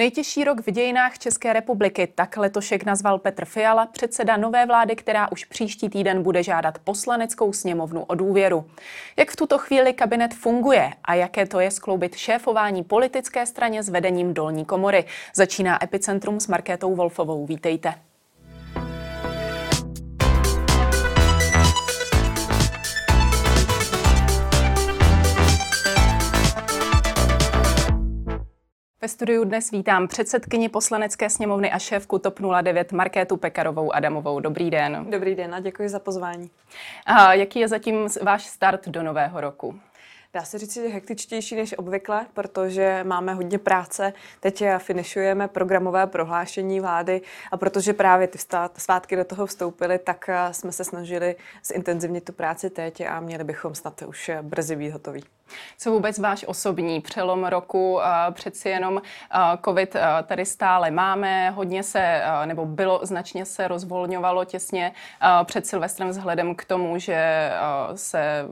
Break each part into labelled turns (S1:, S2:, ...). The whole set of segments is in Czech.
S1: Nejtěžší rok v dějinách České republiky, tak letošek nazval Petr Fiala, předseda nové vlády, která už příští týden bude žádat Poslaneckou sněmovnu o důvěru. Jak v tuto chvíli kabinet funguje a jaké to je skloubit šéfování politické straně s vedením dolní komory? Začíná Epicentrum s Markétou Wolfovou. Vítejte. Ve studiu dnes vítám předsedkyni Poslanecké sněmovny a šéfku TOP 09 Markétu Pekarovou Adamovou. Dobrý den.
S2: Dobrý den a děkuji za pozvání.
S1: A jaký je zatím váš start do nového roku?
S2: Dá se říct, že je hektičtější než obvykle, protože máme hodně práce. Teď finišujeme programové prohlášení vlády a protože právě ty svátky do toho vstoupily, tak jsme se snažili zintenzivnit tu práci teď a měli bychom snad už brzy být hotoví.
S1: Co vůbec váš osobní přelom roku? Přeci jenom covid tady stále máme, hodně se, nebo značně se rozvolňovalo těsně před Silvestrem vzhledem k tomu, že se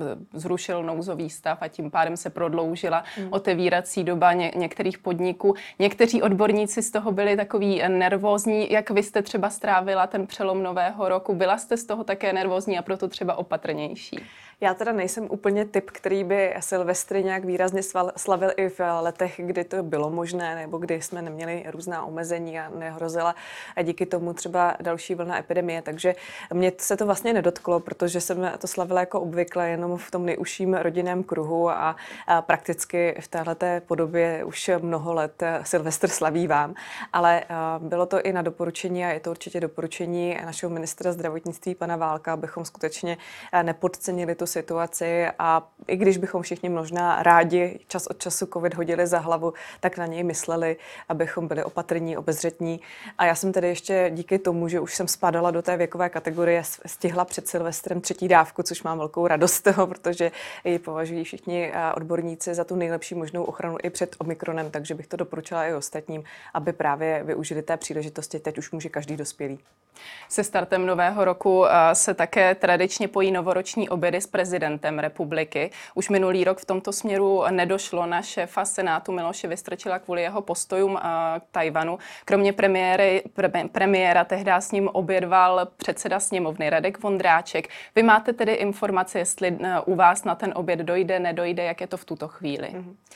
S1: zrušil nouzový stav a tím pádem se prodloužila otevírací doba některých podniků. Někteří odborníci z toho byli takový nervózní. Jak vy jste třeba strávila ten přelom nového roku? Byla jste z toho také nervózní a proto třeba opatrnější?
S2: Já teda nejsem úplně typ, který by Silvestry nějak výrazně slavil i v letech, kdy to bylo možné, nebo kdy jsme neměli různá omezení a nehrozila a díky tomu třeba další vlna epidemie. Takže mě se to vlastně nedotklo, protože jsem to slavila jako obvykle jenom v tom nejužším rodinném kruhu a prakticky v téhleté podobě už mnoho let Silvestr slavívám. Ale bylo to i na doporučení a je to určitě doporučení našeho ministra zdravotnictví pana Válka, abychom skutečně nepodcenili tu situaci a i když bychom všichni možná rádi čas od času covid hodili za hlavu, tak na něj mysleli, abychom byli opatrní, obezřetní. A já jsem tedy ještě díky tomu, že už jsem spadala do té věkové kategorie, stihla před Silvestrem 3. dávku, což mám velkou radost z toho, protože ji považují všichni odborníci za tu nejlepší možnou ochranu i před Omikronem, takže bych to doporučila i ostatním, aby právě využili té příležitosti. Teď už může každý dospělý.
S1: Se startem nového roku se také tradičně pojí novoroční obědy s prezidentem republiky. Už minulý rok v tomto směru nedošlo na šéfa Senátu Miloše Vystrčila kvůli jeho postojům k Tchaj-wanu. Kromě premiéra tehdy s ním obědval předseda sněmovny Radek Vondráček. Vy máte tedy informace, jestli u vás na ten oběd dojde, nedojde, jak je to v tuto chvíli?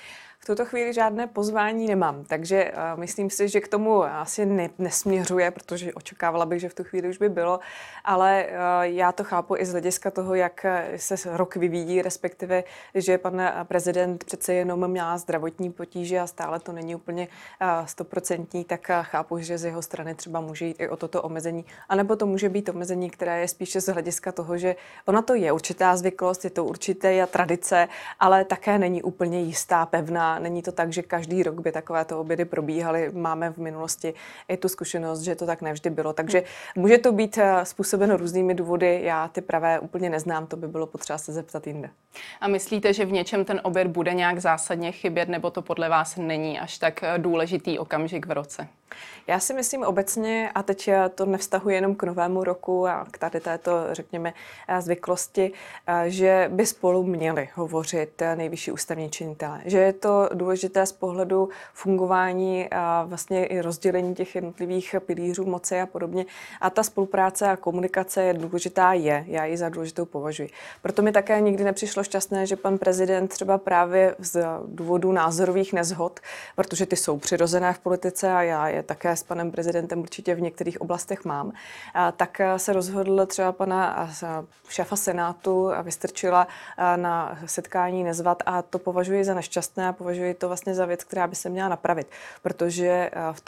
S2: V tuto chvíli žádné pozvání nemám, takže myslím si, že k tomu asi nesměřuje, protože očekávala bych, že v tu chvíli už by bylo, ale já to chápu i z hlediska toho, jak se rok vyvíjí, respektive, že pan prezident přece jenom měl zdravotní potíže a stále to není úplně 100%, tak chápu, že z jeho strany třeba může jít i o toto omezení, anebo to může být omezení, které je spíše z hlediska toho, že ona to je určitá zvyklost, je to určitá tradice, ale také není úplně jistá, pevná. Není to tak, že každý rok by takovéto obědy probíhaly. Máme v minulosti i tu zkušenost, že to tak nevždy bylo. Takže může to být způsobeno různými důvody. Já ty pravé úplně neznám, to by bylo potřeba se zeptat jinde.
S1: A myslíte, že v něčem ten oběd bude nějak zásadně chybět, nebo to podle vás není až tak důležitý okamžik v roce?
S2: Já si myslím obecně, a teď to nevztahuji jenom k novému roku a k tady této, řekněme, zvyklosti, že by spolu měli hovořit nejvyšší ústavní činitelé. Že je to důležité z pohledu fungování a vlastně i rozdělení těch jednotlivých pilířů moci a podobně. A ta spolupráce a komunikace je důležitá, já ji za důležitou považuji. Proto mi také nikdy nepřišlo šťastné, že pan prezident třeba právě z důvodu názorových nezhod, protože ty jsou přirozené v politice a já je také s panem prezidentem určitě v některých oblastech mám, tak se rozhodl třeba pana šéfa Senátu Vystrčila na setkání nezvat a to považuji za nešťastné a považuji to vlastně za věc, která by se měla napravit, protože v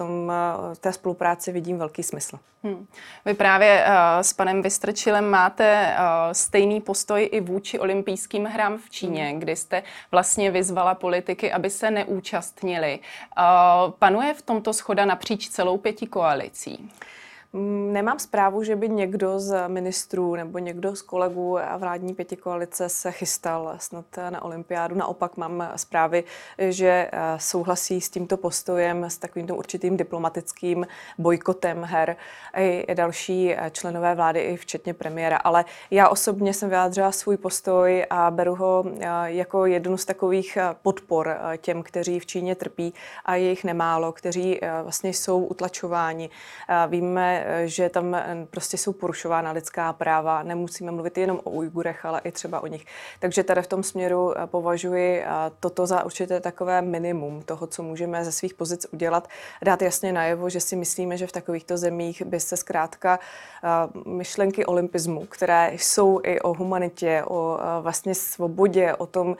S2: té spolupráci vidím velký smysl.
S1: Vy právě s panem Vystrčilem máte stejný postoj i vůči olympijským hrám v Číně, kdy jste vlastně vyzvala politiky, aby se neúčastnili. Panuje v tomto shoda napříč celou pětikoalicí?
S2: Nemám zprávu, že by někdo z ministrů nebo někdo z kolegů vládní pětikoalice se chystal snad na olympiádu. Naopak mám zprávy, že souhlasí s tímto postojem, s takovým určitým diplomatickým bojkotem her i další členové vlády, i včetně premiéra. Ale já osobně jsem vyjádřila svůj postoj a beru ho jako jednu z takových podpor těm, kteří v Číně trpí a je jich nemálo, kteří vlastně jsou utlačováni. Víme, že tam prostě jsou porušována lidská práva. Nemusíme mluvit jenom o Ujgurech, ale i třeba o nich. Takže tady v tom směru považuji toto za určité takové minimum toho, co můžeme ze svých pozic udělat. Dát jasně najevo, že si myslíme, že v takovýchto zemích by se zkrátka myšlenky olympismu, které jsou i o humanitě, o vlastně svobodě, o tom,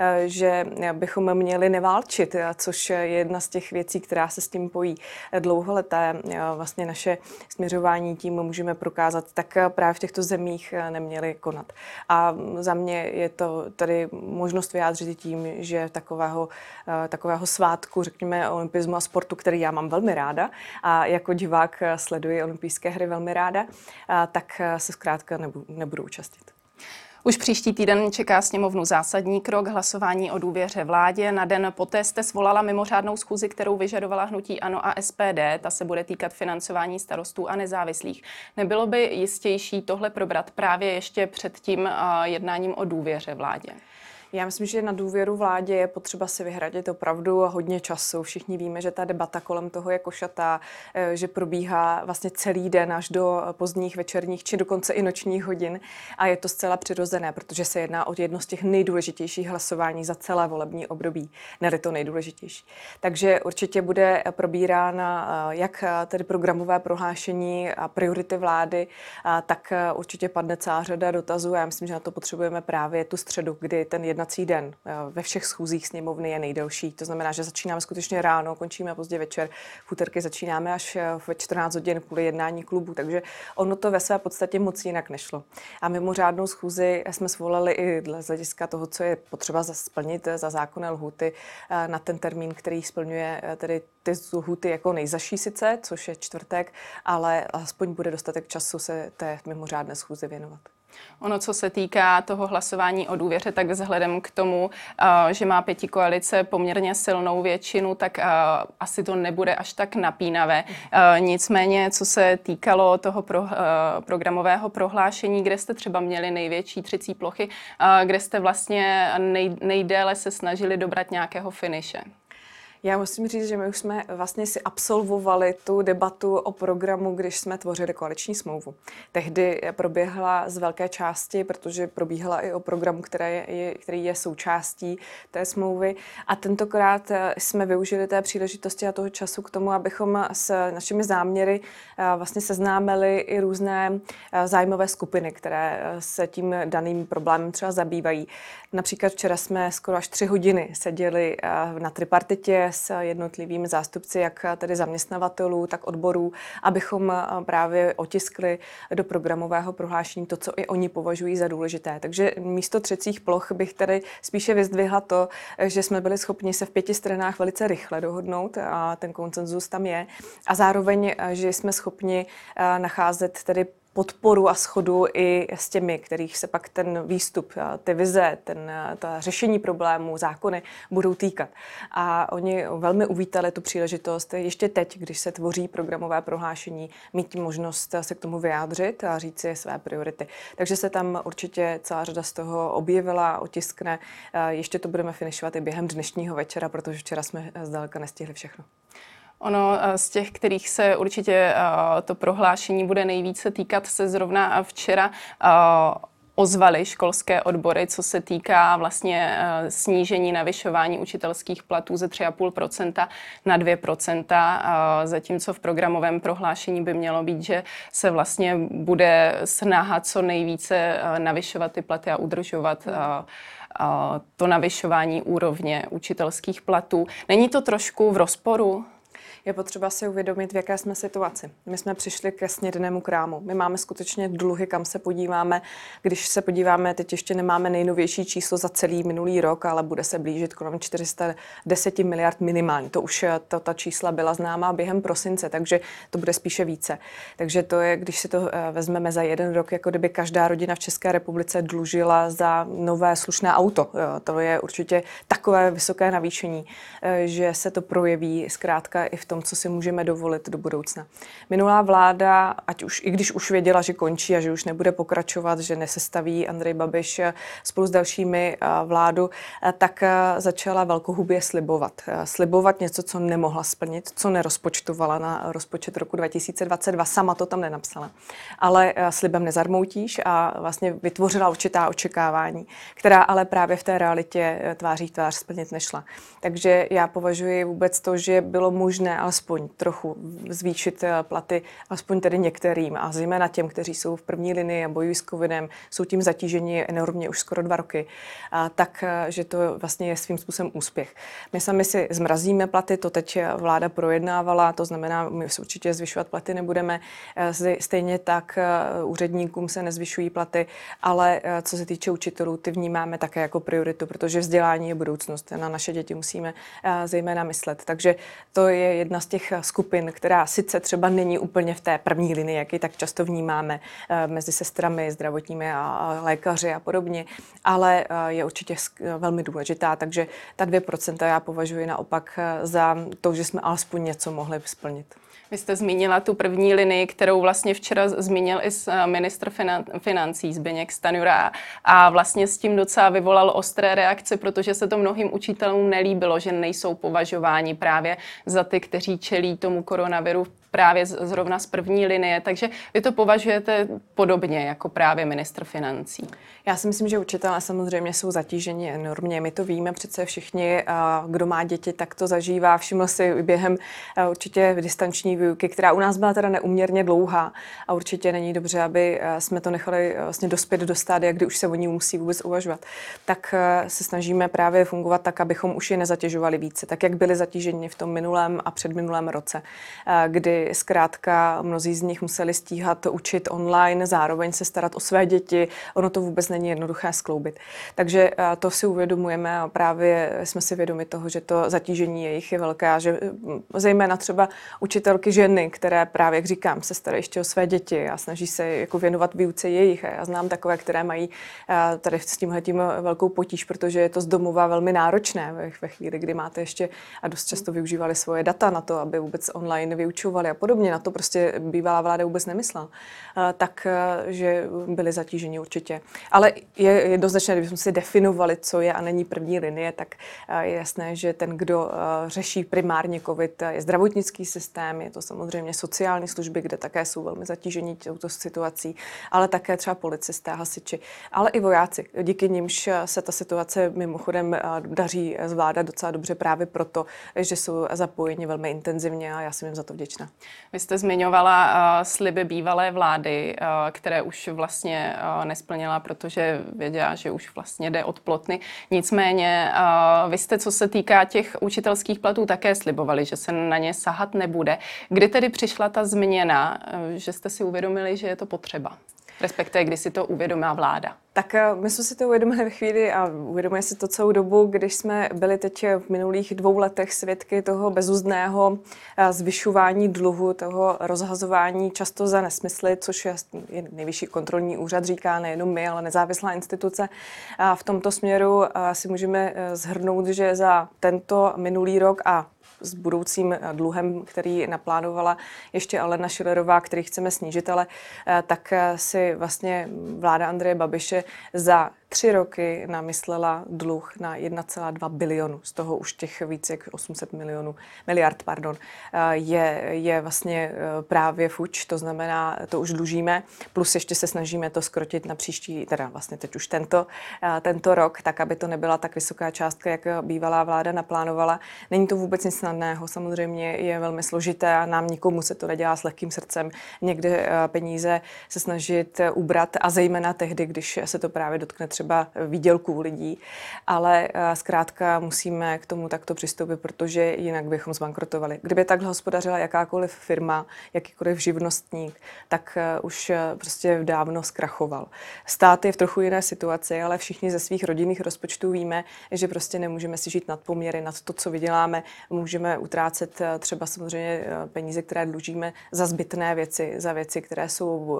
S2: že bychom měli neválčit, což je jedna z těch věcí, která se s tím pojí dlouholeté vlastně naše směřování, tím můžeme prokázat, tak právě v těchto zemích neměli konat. A za mě je to tady možnost vyjádřit tím, že takového svátku, řekněme, olympismu a sportu, který já mám velmi ráda a jako divák sleduji olympijské hry velmi ráda, tak se zkrátka nebudu účastnit.
S1: Už příští týden čeká sněmovnu zásadní krok, hlasování o důvěře vládě. Na den poté jste svolala mimořádnou schůzi, kterou vyžadovala hnutí ANO a SPD. Ta se bude týkat financování starostů a nezávislých. Nebylo by jistější tohle probrat právě ještě před tím jednáním o důvěře vládě?
S2: Já myslím, že na důvěru vládě je potřeba si vyhradit opravdu hodně času. Všichni víme, že ta debata kolem toho je košatá, že probíhá vlastně celý den až do pozdních večerních či dokonce i nočních hodin a je to zcela přirozené, protože se jedná o jedno z těch nejdůležitějších hlasování za celé volební období, ne-li to nejdůležitější. Takže určitě bude probírána jak tedy programové prohlášení a priority vlády, tak určitě padne celá řada dotazů. Já myslím, že na to potřebujeme právě tu středu, kdy ten jednací den ve všech schůzích sněmovny je nejdelší. To znamená, že začínáme skutečně ráno, končíme pozdě večer. V úterky začínáme až ve 14 hodin kvůli jednání klubu, takže ono to ve své podstatě moc jinak nešlo. A mimořádnou schůzi jsme svolali i z hlediska toho, co je potřeba splnit za zákonné lhůty na ten termín, který splňuje tedy ty lhůty jako nejzazší sice, což je čtvrtek, ale aspoň bude dostatek času se té mimořádné schůzi věnovat.
S1: Ono, co se týká toho hlasování o důvěře, tak vzhledem k tomu, že má pětikoalice poměrně silnou většinu, tak asi to nebude až tak napínavé. Nicméně, co se týkalo toho programového prohlášení, kde jste třeba měli největší třicí plochy, kde jste vlastně nejdéle se snažili dobrat nějakého finiše?
S2: Já musím říct, že my už jsme vlastně si absolvovali tu debatu o programu, když jsme tvořili koaliční smlouvu. Tehdy proběhla z velké části, protože probíhala i o programu, který je součástí té smlouvy. A tentokrát jsme využili té příležitosti a toho času k tomu, abychom s našimi záměry vlastně seznámili i různé zájmové skupiny, které se tím daným problémem třeba zabývají. Například včera jsme skoro až 3 hodiny seděli na tripartitě s jednotlivými zástupci, jak tedy zaměstnavatelů, tak odborů, abychom právě otiskli do programového prohlášení to, co i oni považují za důležité. Takže místo třecích ploch bych tady spíše vyzdvihla to, že jsme byli schopni se v 5 stranách velice rychle dohodnout a ten konsenzus tam je. A zároveň, že jsme schopni nacházet tedy podporu a shodu i s těmi, kterých se pak ten výstup, ty vize, ta řešení problémů, zákony budou týkat. A oni velmi uvítali tu příležitost ještě teď, když se tvoří programové prohlášení, mít možnost se k tomu vyjádřit a říct si své priority. Takže se tam určitě celá řada z toho objevila, otiskne. Ještě to budeme finišovat i během dnešního večera, protože včera jsme zdaleka nestihli všechno.
S1: Ono z těch, kterých se určitě to prohlášení bude nejvíce týkat, se zrovna včera ozvaly školské odbory, co se týká vlastně snížení navyšování učitelských platů ze 3,5% na 2%, zatímco v programovém prohlášení by mělo být, že se vlastně bude snaha co nejvíce navyšovat ty platy a udržovat to navyšování úrovně učitelských platů. Není to trošku v rozporu?
S2: Je potřeba si uvědomit, v jaké jsme situaci. My jsme přišli ke snědnému krámu. My máme skutečně dluhy, kam se podíváme. Když se podíváme, teď ještě nemáme nejnovější číslo za celý minulý rok, ale bude se blížit kolem 410 miliard minimálně. To už ta čísla byla známá během prosince, takže to bude spíše více. Takže to je, když si to vezmeme za jeden rok, jako kdyby každá rodina v České republice dlužila za nové slušné auto. To je určitě takové vysoké navýšení, že se to projeví zkrátka i v tom, co si můžeme dovolit do budoucna. Minulá vláda, i když už věděla, že končí a že už nebude pokračovat, že nesestaví Andrej Babiš spolu s dalšími vládu, tak začala velkohubě slibovat. Slibovat něco, co nemohla splnit, co nerozpočtovala na rozpočet roku 2022. Sama to tam nenapsala. Ale slibem nezarmoutíš a vlastně vytvořila určitá očekávání, která ale právě v té realitě tváří v tvář splnit nešla. Takže já považuji vůbec to, že bylo možné alespoň trochu zvýšit platy, alespoň tedy některým a zejména těm, kteří jsou v první linii a bojují s covidem, jsou tím zatíženi enormně už skoro 2 roky, tak, že to vlastně je svým způsobem úspěch. My sami si zmrazíme platy, to teď vláda projednávala, to znamená, my si určitě zvyšovat platy nebudeme, stejně tak úředníkům se nezvyšují platy, ale co se týče učitelů, ty vnímáme také jako prioritu, protože vzdělání je budoucnost. Na naše děti musíme zejména myslet. Takže to je jedna z těch skupin, která sice třeba není úplně v té první linii, jak ji tak často vnímáme mezi sestrami, zdravotními a lékaři a podobně, ale je určitě velmi důležitá. Takže ta 2% já považuji naopak za to, že jsme alespoň něco mohli splnit.
S1: Vy jste zmínila tu první linii, kterou vlastně včera zmínil i ministr financí Zbyněk Stanjura a vlastně s tím docela vyvolal ostré reakce, protože se to mnohým učitelům nelíbilo, že nejsou považováni právě za ty, kteří čelí tomu koronaviru právě zrovna z první linie, takže vy to považujete podobně jako právě ministr financí.
S2: Já si myslím, že učitelé samozřejmě jsou zatíženi enormně. My to víme přece všichni, kdo má děti, tak to zažívá. Všiml si během určitě distanční výuky, která u nás byla teda neúměrně dlouhá a určitě není dobře, aby jsme to nechali vlastně dospět do stádia, kdy už se o ní musí vůbec uvažovat. Tak se snažíme právě fungovat tak, abychom už je nezatěžovali více, tak jak byli zatíženi v tom minulém a předminulém roce, kdy zkrátka mnozí z nich museli stíhat učit online, zároveň se starat o své děti. Ono to vůbec není jednoduché skloubit. Takže to si uvědomujeme a právě jsme si vědomi toho, že to zatížení jejich je velké a že zejména třeba učitelky ženy, které právě, jak říkám, se starají ještě o své děti a snaží se jako věnovat výuce jejich. A já znám takové, které mají tady s tímhletím velkou potíž, protože je to z domova velmi náročné ve chvíli, kdy máte ještě a dost často využívali svoje data na to, aby vůbec online vyučovali a podobně. Na to prostě bývalá vláda vůbec nemyslela. Takže byli zatíženi určitě. Ale je jednoznačné, kdybychom si definovali, co je a není první linie, tak je jasné, že ten, kdo řeší primárně COVID, je zdravotnický systém, je to samozřejmě sociální služby, kde také jsou velmi zatížení touto situací, ale také třeba policisté, hasiči, ale i vojáci. Díky nimž se ta situace mimochodem daří zvládat docela dobře právě proto, že jsou zapojeni velmi intenzivně a já jsem jim za to vděčná.
S1: Vy jste zmiňovala sliby bývalé vlády, které už vlastně nesplnila, protože věděla, že už vlastně jde od plotny. Nicméně vy jste, co se týká těch učitelských platů, také slibovali, že se na ně sahat nebude. Kdy tedy přišla ta změna, že jste si uvědomili, že je to potřeba? Respektive, kdy si to uvědomila vláda?
S2: Tak my jsme si to uvědomili ve chvíli a uvědomuje si to celou dobu, když jsme byli teď v minulých 2 letech svědky toho bezuzdného zvyšování dluhu, toho rozhazování často za nesmysly, což je nejvyšší kontrolní úřad, říká nejenom my, ale nezávislá instituce. A v tomto směru si můžeme shrnout, že za tento minulý rok a s budoucím dluhem, který naplánovala ještě Alena Schillerová, který chceme snížit, ale tak si vlastně vláda Andreje Babiše za 3 roky namyslela dluh na 1,2 bilionu. Z toho už těch více jak 800 miliard je vlastně právě fuč, to znamená, to už dlužíme, plus ještě se snažíme to skrotit na příští, teda vlastně teď už tento rok, tak aby to nebyla tak vysoká částka, jak bývalá vláda naplánovala. Není to vůbec nic snadného, samozřejmě je velmi složité a nám nikomu se to nedělá s lehkým srdcem. Někde peníze se snažit ubrat a zejména tehdy, když se to právě dotkne třeba výdělků lidí, ale zkrátka musíme k tomu takto přistoupit, protože jinak bychom zbankrotovali. Kdyby takhle hospodařila jakákoliv firma, jakýkoliv živnostník, tak už prostě dávno zkrachoval. Stát je v trochu jiné situaci, ale všichni ze svých rodinných rozpočtů víme, že prostě nemůžeme si žít nad poměry, nad to, co vyděláme. Můžeme utrácet třeba samozřejmě peníze, které dlužíme za zbytné věci, za věci, které jsou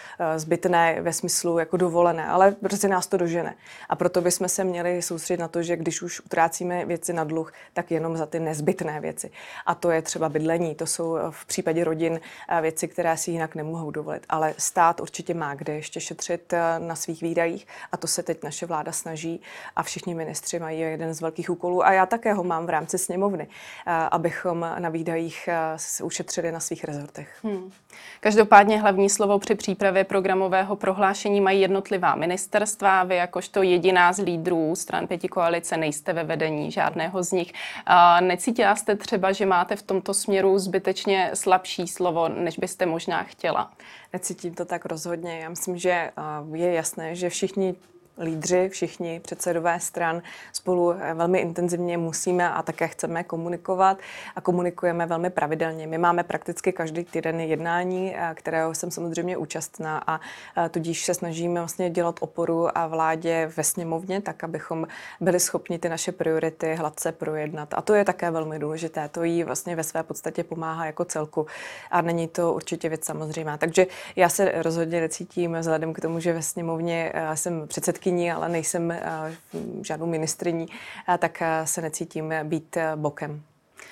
S2: zbytné ve smyslu jako dovolené, ale prostě nás to dožene. A proto bychom se měli soustředit na to, že když už utrácíme věci na dluh, tak jenom za ty nezbytné věci. A to je třeba bydlení, to jsou v případě rodin věci, které si jinak nemohou dovolit. Ale stát určitě má kde ještě šetřit na svých výdajích a to se teď naše vláda snaží a všichni ministři mají jeden z velkých úkolů a já také ho mám v rámci sněmovny, abychom na výdajích ušetřili na svých rezortech.
S1: Každopádně hlavní slovo při přípravě programového prohlášení mají jednotlivá ministerstva. Vy jakožto jediná z lídrů stran pětikoalice nejste ve vedení žádného z nich. Necítila jste třeba, že máte v tomto směru zbytečně slabší slovo, než byste možná chtěla?
S2: Necítím to tak rozhodně. Já myslím, že je jasné, že všichni lídři, všichni předsedové stran spolu velmi intenzivně musíme a také chceme komunikovat a komunikujeme velmi pravidelně. My máme prakticky každý týden jednání, kterého jsem samozřejmě účastná a tudíž se snažíme vlastně dělat oporu a vládě ve sněmovně, tak abychom byli schopni ty naše priority hladce projednat. A to je také velmi důležité. To jí vlastně ve své podstatě pomáhá jako celku a není to určitě věc samozřejmá. Takže já se rozhodně necítím vzhledem k tomu, že ve sněmovně jsem předsedkyní, ale nejsem žádnou ministryní, tak se necítím být bokem.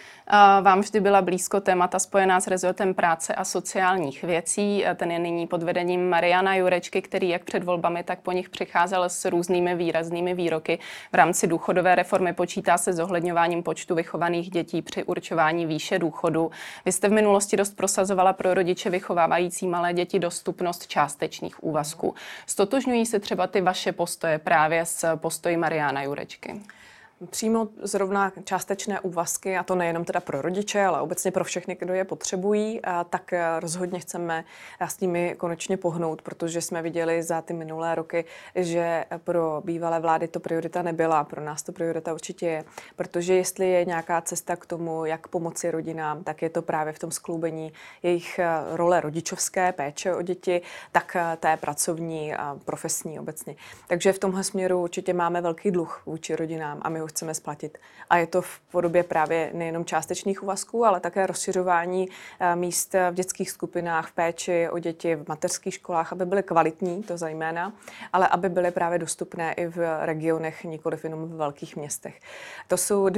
S1: Vám vždy byla blízko témata spojená s rezortem práce a sociálních věcí. Ten je nyní pod vedením Mariana Jurečky, který jak před volbami, tak po nich přicházel s různými výraznými výroky. V rámci důchodové reformy počítá se zohledňováním počtu vychovaných dětí při určování výše důchodu. Vy jste v minulosti dost prosazovala pro rodiče vychovávající malé děti dostupnost částečných úvazků. Stotožňují se třeba ty vaše postoje právě s postoji Mariana Jurečky?
S2: Přímo zrovna částečné úvazky, a to nejenom teda pro rodiče, ale obecně pro všechny, kdo je potřebují, tak rozhodně chceme s nimi konečně pohnout, protože jsme viděli za ty minulé roky, že pro bývalé vlády to priorita nebyla, pro nás to priorita určitě je, protože jestli je nějaká cesta k tomu, jak pomoci rodinám, tak je to právě v tom skloubení jejich role rodičovské, péče o děti, tak té pracovní a profesní obecně. Takže v tomhle směru určitě máme velký dluh vůči rodinám a my ho chceme splatit. A je to v podobě právě nejenom částečných úvazků, ale také rozšiřování míst v dětských skupinách, v péči o děti, v mateřských školách, aby byly kvalitní, to zejména, ale aby byly právě dostupné i v regionech, nikoliv jenom v velkých městech. To jsou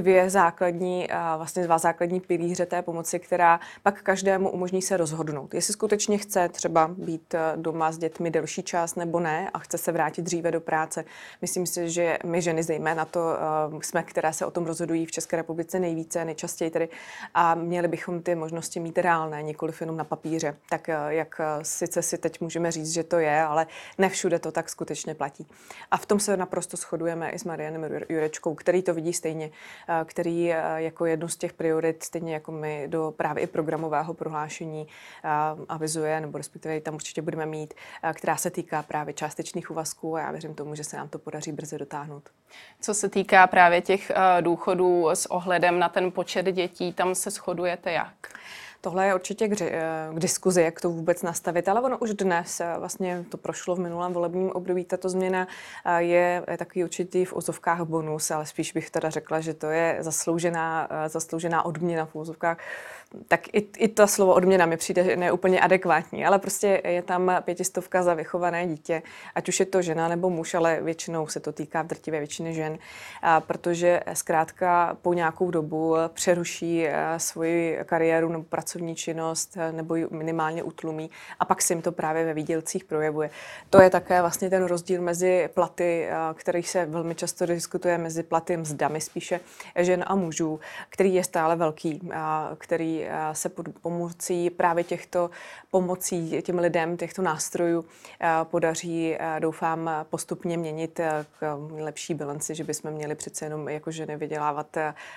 S2: dva základní pilíře té pomoci, která pak každému umožní se rozhodnout. Jestli skutečně chce třeba být doma s dětmi delší čas nebo ne a chce se vrátit dříve do práce. Myslím si, že my ženy zejména to jsme, které se o tom rozhodují v České republice nejvíce, nejčastěji tedy, a měli bychom ty možnosti mít reálné, nikoliv jenom na papíře. Tak jak sice si teď můžeme říct, že to je, ale ne všude to tak skutečně platí. A v tom se naprosto shodujeme i s Marianem Jurečkou, který to vidí stejně, který jako jednu z těch priorit, stejně jako my, do právě i programového prohlášení avizuje, nebo respektive tam určitě budeme mít, která se týká právě částečných úvazků a já věřím tomu, že se nám to podaří brzy dotáhnout.
S1: Co se týká právě těch důchodů s ohledem na ten počet dětí, tam se shodujete jak?
S2: Tohle je určitě k diskuzi, jak to vůbec nastavit, ale ono už dnes, vlastně to prošlo v minulém volebním období, tato změna je takový určitý v úzovkách bonus, ale spíš bych teda řekla, že to je zasloužená odměna v úzovkách. Tak i to slovo odměna mi přijde neúplně adekvátní, ale prostě je tam 500 za vychované dítě, ať už je to žena nebo muž, ale většinou se to týká v drtivé většiny žen, protože zkrátka po nějakou dobu přeruší svoji kariéru nebo pracovní činnost nebo ji minimálně utlumí a pak se jim to právě ve výdělcích projevuje. To je také vlastně ten rozdíl mezi platy, který se velmi často diskutuje, mezi platy mzdami spíše žen a mužů, který je stále velký, který podaří se pomocí právě těchto pomocí těm lidem, těchto nástrojů podaří, doufám, postupně měnit k lepší bilanci, že bychom měli přece jenom jako ženy vydělávat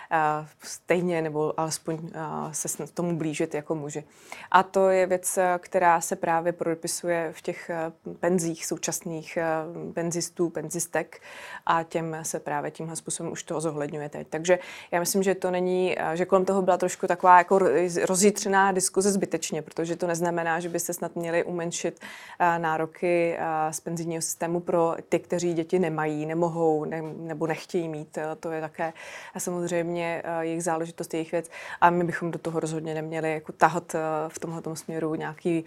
S2: stejně nebo alespoň se tomu blížit jako muži. A to je věc, která se právě prodepisuje v těch penzích současných penzistů, penzistek a těm se právě tímhle způsobem už to zohledňuje teď. Takže já myslím, že to není, že kolem toho byla trošku taková jako rozjitřená diskuze zbytečně, protože to neznamená, že byste snad měli umenšit nároky z penzijního systému pro ty, kteří děti nemají, nemohou nebo nechtějí mít. To je také samozřejmě jejich záležitost, jejich věc a my bychom do toho rozhodně neměli jako tahat v tomhletom směru nějaký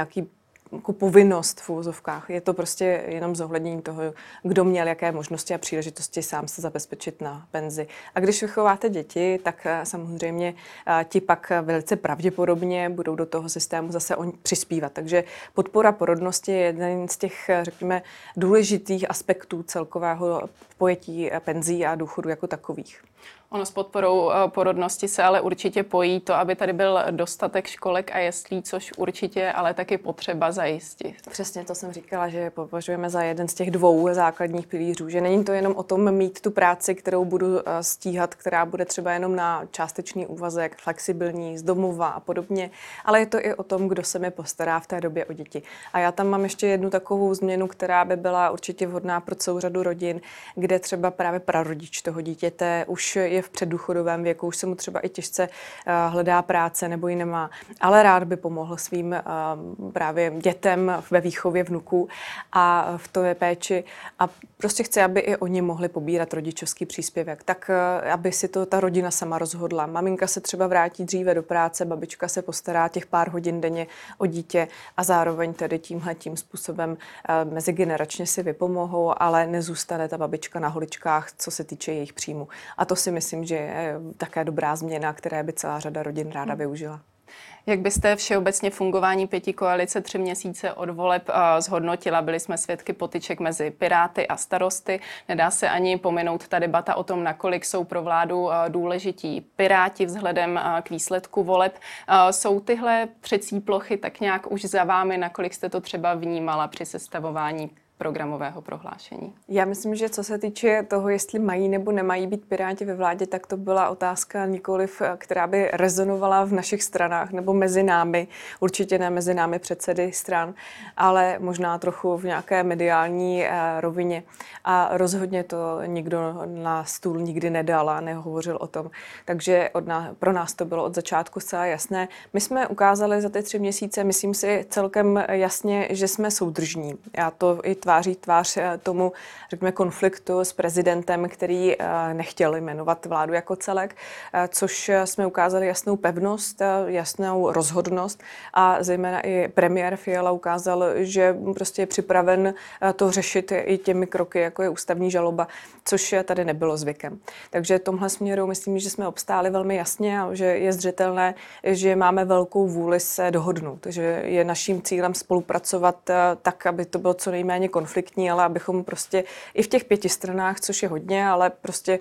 S2: jako povinnost v uvozovkách. Je to prostě jenom zohlednění toho, kdo měl jaké možnosti a příležitosti sám se zabezpečit na penzi. A když vychováte děti, tak samozřejmě ti pak velice pravděpodobně budou do toho systému zase přispívat. Takže podpora porodnosti je jeden z těch, řekněme, důležitých aspektů celkového pojetí penzí a důchodu jako takových.
S1: Ono s podporou porodnosti se ale určitě pojí to, aby tady byl dostatek školek a jeslí, což určitě ale taky potřeba zajistit.
S2: Přesně to jsem říkala, že považujeme za jeden z těch dvou základních pilířů, že není to jenom o tom mít tu práci, kterou budu stíhat, která bude třeba jenom na částečný úvazek, flexibilní, z domova a podobně, ale je to i o tom, kdo se mi postará v té době o děti. A já tam mám ještě jednu takovou změnu, která by byla určitě vhodná pro celou řadu rodin, kde třeba právě prarodič toho dítěte už je v předdůchodovém věku, už se mu třeba i těžce hledá práce nebo ji nemá, ale rád by pomohl svým právě dětem ve výchově vnuků a v té péči a prostě chce, aby i oni mohli pobírat rodičovský příspěvek, tak aby si to ta rodina sama rozhodla. Maminka se třeba vrátí dříve do práce, babička se postará těch pár hodin denně o dítě a zároveň tedy tímhletím způsobem mezigeneračně si vypomohou, ale nezůstane ta babička na holičkách, co se týče jejich příjmu. A to si myslím, že je také dobrá změna, které by celá řada rodin ráda využila.
S1: Jak byste všeobecně fungování pětikoalice 3 měsíce od voleb zhodnotila? Byli jsme svědky potyček mezi Piráty a Starosty. Nedá se ani pominout ta debata o tom, nakolik jsou pro vládu důležití Piráti vzhledem k výsledku voleb. Jsou tyhle třecí plochy tak nějak už za vámi, nakolik jste to třeba vnímala při sestavování programového prohlášení?
S2: Já myslím, že co se týče toho, jestli mají nebo nemají být Piráti ve vládě, tak to byla otázka nikoliv, která by rezonovala v našich stranách nebo mezi námi, určitě ne mezi námi předsedy stran, ale možná trochu v nějaké mediální rovině. A rozhodně to nikdo na stůl nikdy nedal a nehovořil o tom. Takže pro nás to bylo od začátku zcela jasné. My jsme ukázali za ty 3 měsíce, myslím si celkem jasně, že jsme soudržní. Já to i tváří tvář tomu, řekněme, konfliktu s prezidentem, který nechtěl jmenovat vládu jako celek, což jsme ukázali jasnou pevnost, jasnou rozhodnost a zejména i premiér Fiala ukázal, že prostě je připraven to řešit i těmi kroky, jako je ústavní žaloba, což tady nebylo zvykem. Takže v tomhle směru myslím, že jsme obstáli velmi jasně a že je zřetelné, že máme velkou vůli se dohodnout, že je naším cílem spolupracovat tak, aby to bylo co nejméně konfliktní, ale abychom prostě i v těch 5 stranách, což je hodně, ale prostě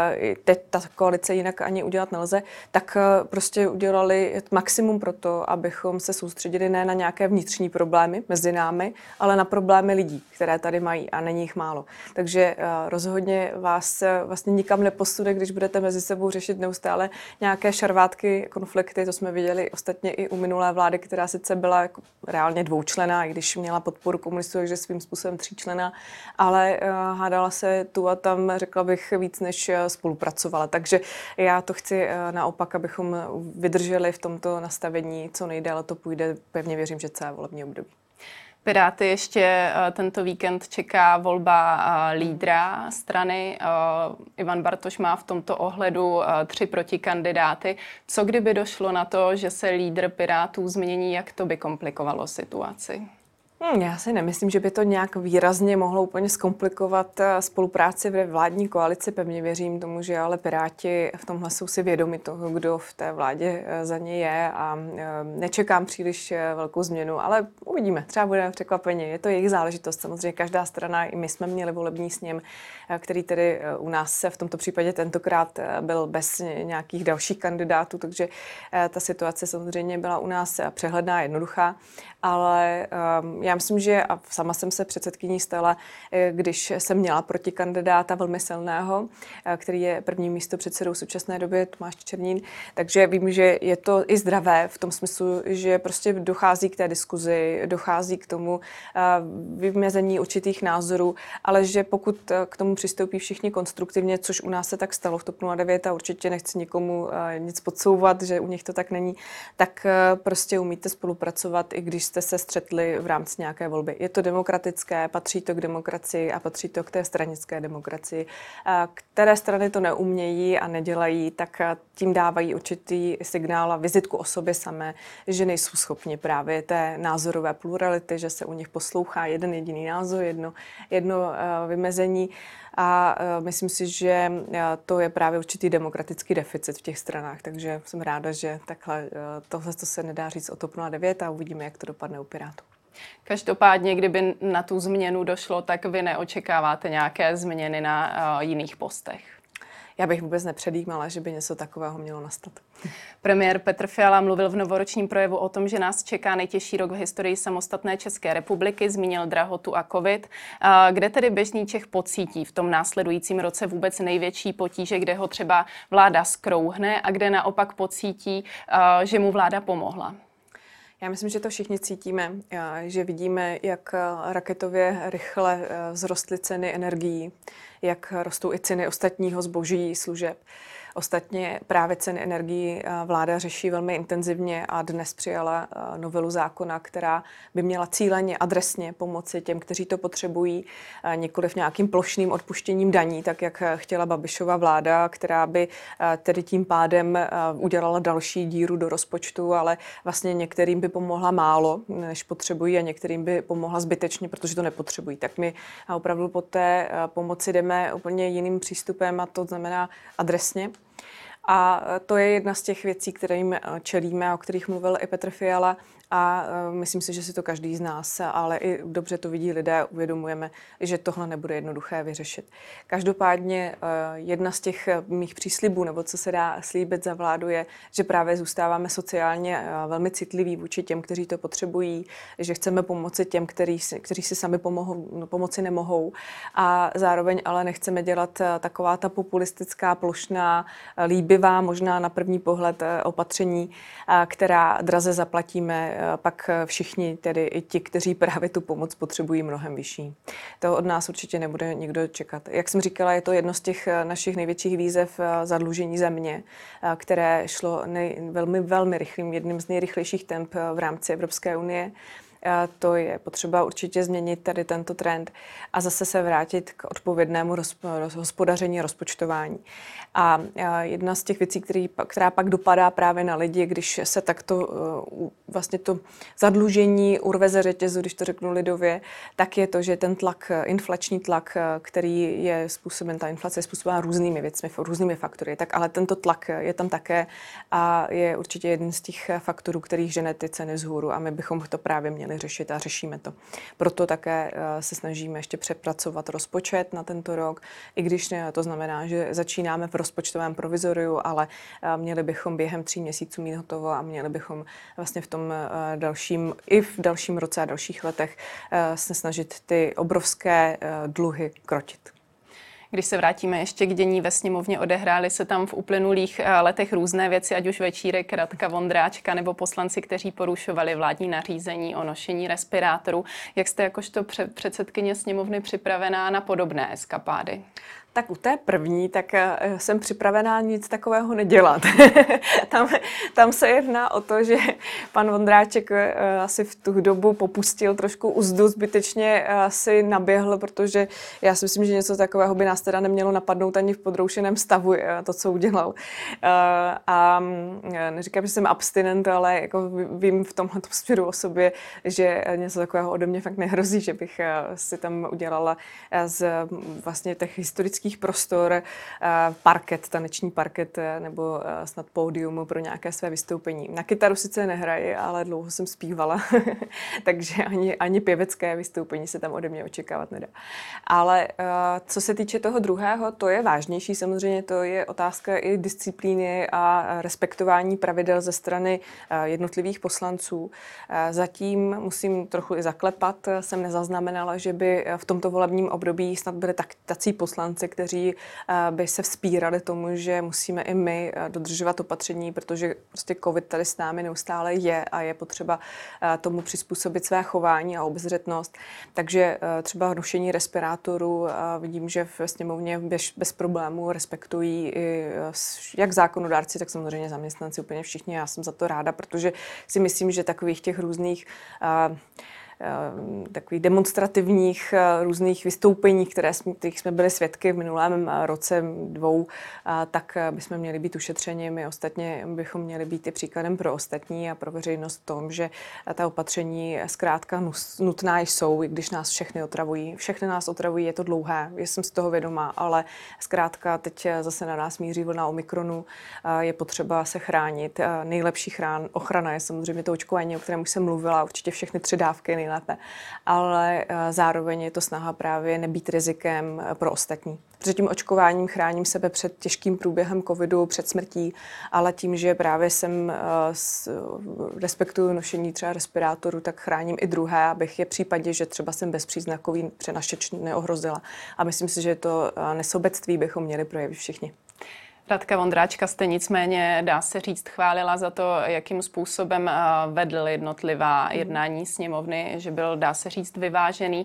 S2: teď ta koalice jinak ani udělat nelze, tak prostě udělali maximum pro to, abychom se soustředili ne na nějaké vnitřní problémy mezi námi, ale na problémy lidí, které tady mají a není jich málo. Takže rozhodně vás vlastně nikam neposune, když budete mezi sebou řešit neustále nějaké šarvátky, konflikty. To jsme viděli ostatně i u minulé vlády, která sice byla jako reálně dvoučlenná, i když měla podporu komunistů, takže svým způsobem 3členná, ale hádala se tu a tam, řekla bych, víc než spolupracovala. Takže já to chci naopak, abychom vydrželi v tomto nastavení, co nejdéle to půjde. Pevně věřím, že celé volební období.
S1: Piráty ještě tento víkend čeká volba lídra strany. Ivan Bartoš má v tomto ohledu 3 protikandidáty. Co kdyby došlo na to, že se lídr Pirátů změní, jak to by komplikovalo situaci?
S2: Já si nemyslím, že by to nějak výrazně mohlo úplně zkomplikovat spolupráci ve vládní koalici. Pevně věřím tomu, že ale Piráti v tomhle jsou si vědomi toho, kdo v té vládě za ně je a nečekám příliš velkou změnu, ale uvidíme. Třeba budeme překvapeni. Je to jejich záležitost. Samozřejmě každá strana, i my jsme měli volební sněm, který tedy u nás se v tomto případě tentokrát byl bez nějakých dalších kandidátů, takže ta situace samozřejmě byla u nás přehledná, jednoduchá, ale já myslím, že a sama jsem se předsedkyní stala, když jsem měla protikandidáta velmi silného, který je prvním místopředsedou v současné době, Tomáš Černín, takže vím, že je to i zdravé v tom smyslu, že prostě dochází k té diskuzi, dochází k tomu vymezení určitých názorů, ale že pokud k tomu přistoupí všichni konstruktivně, což u nás se tak stalo v TOP 09 a určitě nechci nikomu nic podsouvat, že u nich to tak není, tak prostě umíte spolupracovat, i když jste se střetli v rámci nějaké volby. Je to demokratické, patří to k demokracii a patří to k té stranické demokracii. Které strany to neumějí a nedělají, tak tím dávají určitý signál a vizitku o sobě samé, že nejsou schopni právě té názorové plurality, že se u nich poslouchá jeden jediný názor, jedno vymezení. A myslím si, že to je právě určitý demokratický deficit v těch stranách, takže jsem ráda, že takhle tohle se nedá říct o TOP 09 a uvidíme, jak to dopadne u Pirátů.
S1: Každopádně, kdyby na tu změnu došlo, tak vy neočekáváte nějaké změny na jiných postech?
S2: Já bych vůbec nepředjímala, že by něco takového mělo nastat.
S1: Premiér Petr Fiala mluvil v novoročním projevu o tom, že nás čeká nejtěžší rok v historii samostatné České republiky, zmínil drahotu a covid. Kde tedy běžný Čech pocítí v tom následujícím roce vůbec největší potíže, kde ho třeba vláda zkrouhne a kde naopak pocítí, že mu vláda pomohla?
S2: Já myslím, že to všichni cítíme, že vidíme, jak raketově rychle vzrostly ceny energií, jak rostou i ceny ostatního zboží, služeb. Ostatně právě ceny energií vláda řeší velmi intenzivně a dnes přijala novelu zákona, která by měla cíleně, adresně pomoci těm, kteří to potřebují, nikoliv nějakým plošným odpuštěním daní, tak jak chtěla Babišova vláda, která by tedy tím pádem udělala další díru do rozpočtu, ale vlastně některým by pomohla málo, než potřebují, a některým by pomohla zbytečně, protože to nepotřebují. Tak my opravdu po té pomoci jdeme úplně jiným přístupem, a to znamená adresně. A to je jedna z těch věcí, kterým čelíme, o kterých mluvil i Petr Fiala. A myslím si, že si to každý z nás, ale i dobře to vidí lidé, uvědomujeme, že tohle nebude jednoduché vyřešit. Každopádně jedna z těch mých příslibů, nebo co se dá slíbit za vládu, je, že právě zůstáváme sociálně velmi citliví vůči těm, kteří to potřebují, že chceme pomoci těm, kteří si sami pomoci nemohou, a zároveň ale nechceme dělat taková ta populistická, plošná, líbivá, možná na první pohled opatření, která draze zaplatíme pak všichni, tedy i ti, kteří právě tu pomoc potřebují, mnohem vyšší. To od nás určitě nebude nikdo čekat. Jak jsem říkala, je to jedno z těch našich největších výzev zadlužení země, které šlo velmi, velmi rychlým, jedním z nejrychlejších temp v rámci Evropské unie. To je potřeba určitě změnit tady tento trend a zase se vrátit k odpovědnému hospodaření a rozpočtování. A jedna z těch věcí, která pak dopadá právě na lidi, když se takto vlastně to zadlužení urve ze řetězu, když to řeknu lidově, tak je to, že ten tlak, inflační tlak, který je způsoben, ta inflace je způsobena různými věcmi, různými faktory, tak ale tento tlak je tam také a je určitě jeden z těch faktorů, který žene ty ceny vzhůru, a my bychom to právě měli řešit a řešíme to. Proto také se snažíme ještě přepracovat rozpočet na tento rok, i když to znamená, že začínáme v rozpočtovém provizoriu, ale měli bychom během 3 měsíců mít hotovo a měli bychom vlastně v tom i v dalším roce a dalších letech se snažit ty obrovské dluhy krotit.
S1: Když se vrátíme ještě k dění ve sněmovně, odehrály se tam v uplynulých letech různé věci, ať už večírek Radka Vondráčka nebo poslanci, kteří porušovali vládní nařízení o nošení respirátorů. Jak jste jakožto předsedkyně sněmovny připravená na podobné eskapády?
S2: Tak u té první, tak jsem připravená nic takového nedělat. tam se jedná o to, že pan Vondráček asi v tu dobu popustil trošku uzdu, zbytečně si naběhl, protože já si myslím, že něco takového by nás teda nemělo napadnout ani v podroušeném stavu, to, co udělal. A neříkám, že jsem abstinent, ale jako vím v tomhle směru o sobě, že něco takového ode mě fakt nehrozí, že bych si tam udělala z vlastně těch historických prostor parket, taneční parket nebo snad pódium pro nějaké své vystoupení. Na kytaru sice nehraji, ale dlouho jsem zpívala, takže ani pěvecké vystoupení se tam ode mě očekávat nedá. Ale co se týče toho druhého, to je vážnější samozřejmě, to je otázka i disciplíny a respektování pravidel ze strany jednotlivých poslanců. Zatím musím trochu i zaklepat, jsem nezaznamenala, že by v tomto volebním období snad byli tací poslanci, kteří by se vzpírali tomu, že musíme i my dodržovat opatření, protože prostě covid tady s námi neustále je a je potřeba tomu přizpůsobit své chování a obezřetnost. Takže třeba nošení respirátorů vidím, že ve sněmovně bez problémů respektují i jak zákonodárci, tak samozřejmě zaměstnanci, úplně všichni. Já jsem za to ráda, protože si myslím, že takových těch různých takových demonstrativních různých vystoupení, kterých jsme byli svědky v minulém roce 2, tak bychom měli být ušetřeni. My ostatně bychom měli být i příkladem pro ostatní a pro veřejnost v tom, že ta opatření zkrátka nutná jsou, i když nás všechny otravují. Všechny nás otravují, je to dlouhé, jsem si toho vědomá, ale zkrátka teď zase na nás míří vlna Omikronu, je potřeba se chránit. Nejlepší ochrana je samozřejmě to očkování, o kterém už jsem mluvila, určitě všechny 3 dávky nejlépe, ale zároveň je to snaha právě nebýt rizikem pro ostatní. Protože tím očkováním chráním sebe před těžkým průběhem covidu, před smrtí, ale tím, že právě respektuju nošení třeba respirátoru, tak chráním i druhé, abych je v případě, že třeba jsem bezpříznakový přenašeč neohrozila. A myslím si, že to nesobectví bychom měli projevit všichni.
S1: Radka Vondráčka jste nicméně, dá se říct, chválila za to, jakým způsobem vedl jednotlivá jednání sněmovny, že byl, dá se říct, vyvážený.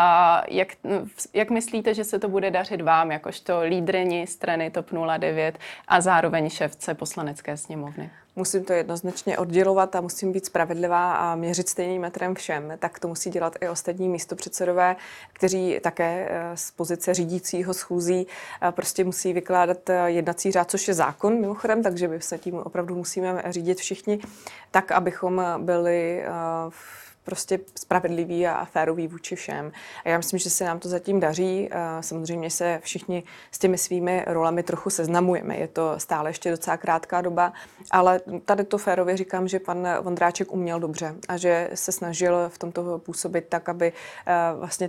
S1: Jak myslíte, že se to bude dařit vám, jakožto lídryni strany TOP 09 a zároveň šéfce poslanecké sněmovny?
S2: Musím to jednoznačně oddělovat a musím být spravedlivá a měřit stejným metrem všem. Tak to musí dělat i ostatní místopředsedové, kteří také z pozice řídícího schůzí prostě musí vykládat jednací řád, což je zákon mimochodem, takže my se tím opravdu musíme řídit všichni, tak, abychom byli prostě spravedlivý a férový vůči všem. A já myslím, že se nám to zatím daří. Samozřejmě se všichni s těmi svými rolemi trochu seznamujeme. Je to stále ještě docela krátká doba, ale tady to férově říkám, že pan Vondráček uměl dobře a že se snažil v tomto působit tak, aby vlastně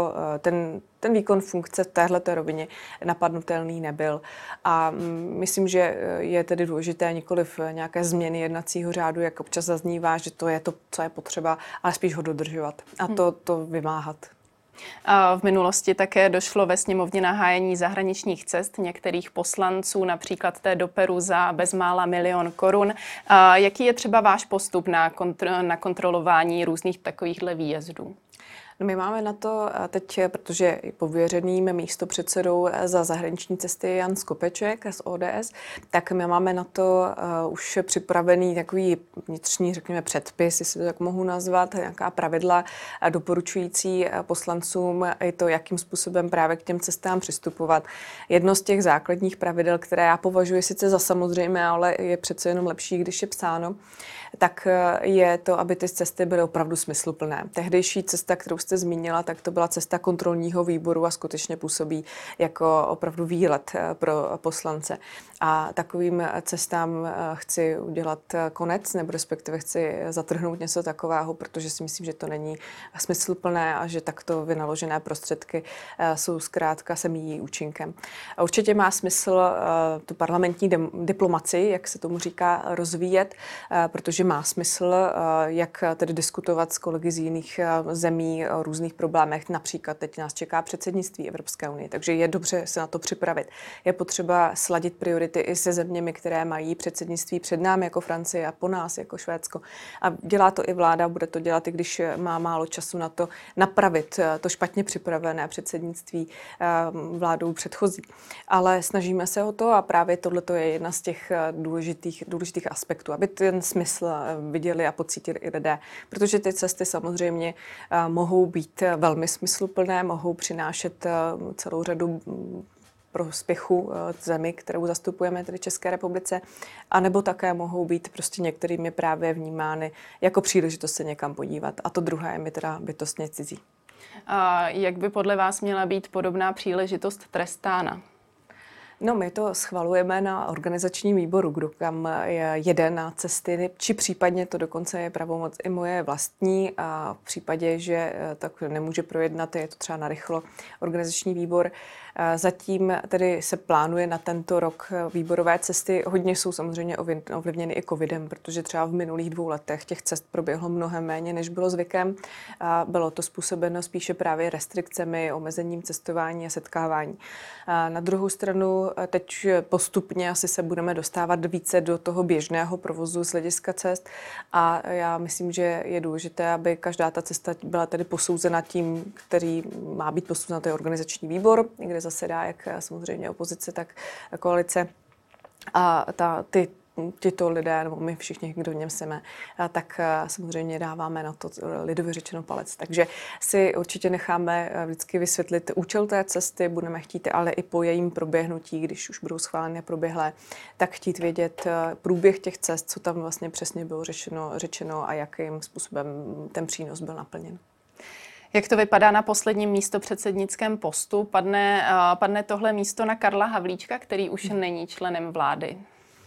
S2: ten výkon funkce v téhleté rovině napadnutelný nebyl. A myslím, že je tedy důležité nikoliv nějaké změny jednacího řádu, jak občas zaznívá, že to je to, co je potřeba, ale spíš ho dodržovat a to vymáhat.
S1: V minulosti také došlo ve sněmovně na hájení zahraničních cest některých poslanců, například té do Peru za bezmála 1 000 000 korun. Jaký je třeba váš postup na kontrolování různých takovýchhle výjezdů?
S2: No my máme na to teď, protože pověřeným místopředsedou za zahraniční cesty Jan Skopeček z ODS, tak my máme na to už připravený takový vnitřní, řekněme, předpis, jestli to tak mohu nazvat, nějaká pravidla doporučující poslancům i to, jakým způsobem právě k těm cestám přistupovat. Jedno z těch základních pravidel, které já považuji sice za samozřejmé, ale je přece jenom lepší, když je psáno, tak je to, aby ty cesty byly opravdu smysluplné. Tehdejší cesta, kterou jste zmínila, tak to byla cesta kontrolního výboru a skutečně působí jako opravdu výlet pro poslance. A takovým cestám chci udělat konec, nebo respektive chci zatrhnout něco takového, protože si myslím, že to není smysluplné a že takto vynaložené prostředky jsou zkrátka se míjí účinkem. A určitě má smysl tu parlamentní diplomacii, jak se tomu říká, rozvíjet, protože má smysl, jak tedy diskutovat s kolegy z jiných zemí o různých problémech. Například teď nás čeká předsednictví Evropské unie, takže je dobře se na to připravit. Je potřeba sladit priority i se zeměmi, které mají předsednictví před námi, jako Francie, a po nás, jako Švédsko. A dělá to i vláda, bude to dělat, i když má málo času na to napravit to špatně připravené předsednictví vládou předchozí. Ale snažíme se o to a právě tohle je jedna z těch důležitých aspektů, aby ten smysl viděli a pocítili i lidé. Protože ty cesty samozřejmě mohou být velmi smysluplné, mohou přinášet celou řadu prospěchu zemi, kterou zastupujeme, tedy České republice, anebo také mohou být prostě některými právě vnímány jako příležitost se někam podívat. A to druhé je mi teda bytostně cizí.
S1: A jak by podle vás měla být podobná příležitost trestána?
S2: No, my to schvalujeme na organizačním výboru, kdo kam jede na cesty, či případně to dokonce je pravomoc i moje vlastní a v případě, že tak nemůže projednat, je to třeba narychlo organizační výbor. Zatím tedy se plánuje na tento rok výborové cesty. Hodně jsou samozřejmě ovlivněny i covidem, protože třeba v minulých 2 letech těch cest proběhlo mnohem méně, než bylo zvykem. Bylo to způsobeno spíše právě restrikcemi, omezením cestování a setkávání. Na druhou stranu teď postupně asi se budeme dostávat více do toho běžného provozu z hlediska cest a já myslím, že je důležité, aby každá ta cesta byla tedy posouzena tím, který má být posouzen, to je organizační výbor, kde zasedá jak samozřejmě opozice, tak koalice. A tyto lidé, nebo my všichni, kdo v něm jsme, tak samozřejmě dáváme na to lidově řečeno palec. Takže si určitě necháme vždycky vysvětlit účel té cesty, budeme chtít, ale i po jejím proběhnutí, když už budou schváleny a proběhlé, tak chtít vědět průběh těch cest, co tam vlastně přesně bylo řečeno a jakým způsobem ten přínos byl naplněn.
S1: Jak to vypadá na posledním místopředsednickém postu? Padne tohle místo na Karla Havlíčka, který už není členem vlády?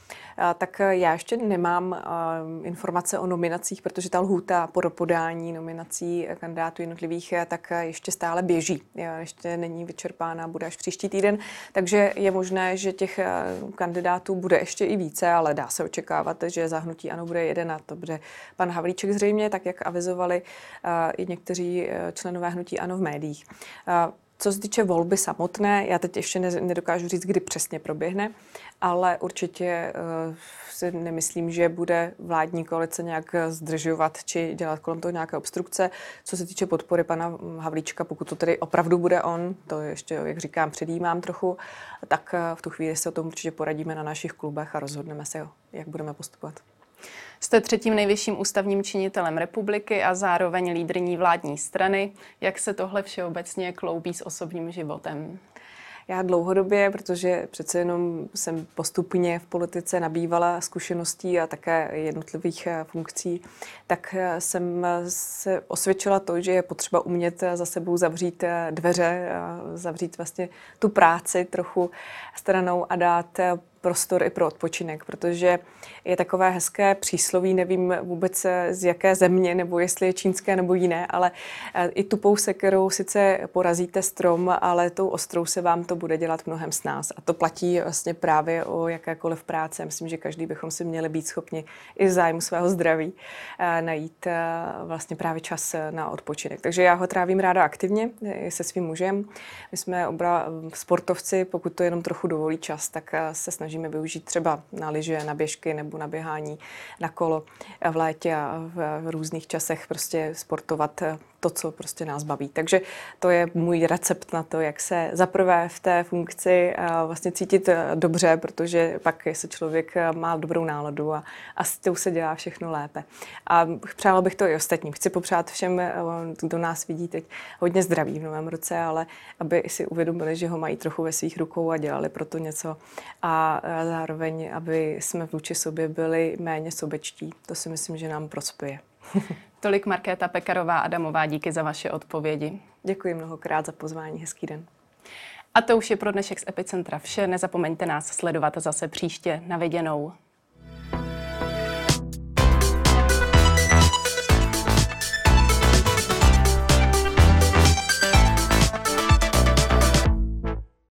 S2: Tak já ještě nemám informace o nominacích, protože ta lhůta pro podání nominací kandidátů jednotlivých tak ještě stále běží. Ještě není vyčerpána, bude až příští týden, takže je možné, že těch kandidátů bude ještě i více, ale dá se očekávat, že za hnutí ANO bude jeden a to bude pan Havlíček zřejmě, tak jak avizovali i někteří členové hnutí ANO v médiích. Co se týče volby samotné, já teď ještě nedokážu říct, kdy přesně proběhne, ale určitě si nemyslím, že bude vládní koalice nějak zdržovat či dělat kolem toho nějaké obstrukce. Co se týče podpory pana Havlíčka, pokud to tedy opravdu bude on, to ještě, jak říkám, předjímám trochu, tak v tu chvíli se o tom určitě poradíme na našich klubech a rozhodneme se, jak budeme postupovat.
S1: Jste 3. nejvyšším ústavním činitelem republiky a zároveň lídryní vládní strany. Jak se tohle všeobecně kloubí s osobním životem?
S2: Já dlouhodobě, protože přece jenom jsem postupně v politice nabývala zkušeností a také jednotlivých funkcí, tak jsem se osvědčila to, že je potřeba umět za sebou zavřít dveře, zavřít vlastně tu práci trochu stranou a dát prostor i pro odpočinek, protože je takové hezké přísloví, nevím vůbec z jaké země, nebo jestli je čínské nebo jiné, ale i tupou sekerou sice porazíte strom, ale tou ostrou se vám to bude dělat mnohem snáz. A to platí vlastně právě o jakékoliv práce. Myslím, že každý bychom si měli být schopni i v zájmu svého zdraví najít vlastně právě čas na odpočinek. Takže já ho trávím ráda aktivně se svým mužem. My jsme oba sportovci, pokud to jenom trochu dovolí čas, tak se snažíme využít třeba na lyže, na běžky nebo na běhání, na kolo v létě a v různých časech prostě sportovat to, co prostě nás baví. Takže to je můj recept na to, jak se zaprvé v té funkci vlastně cítit dobře, protože pak se člověk má dobrou náladu a s tím se dělá všechno lépe. A přála bych to i ostatním. Chci popřát všem, kdo nás vidí teď, hodně zdraví v novém roce, ale aby si uvědomili, že ho mají trochu ve svých rukou a dělali pro to něco. A zároveň, aby jsme vůči sobě byli méně sobečtí. To si myslím, že nám prospěje.
S1: Tolik Markéta Pekarová Adamová, díky za vaše odpovědi.
S2: Děkuji mnohokrát za pozvání, hezký den.
S1: A to už je pro dnešek z Epicentra vše. Nezapomeňte nás sledovat zase příště. Na viděnou.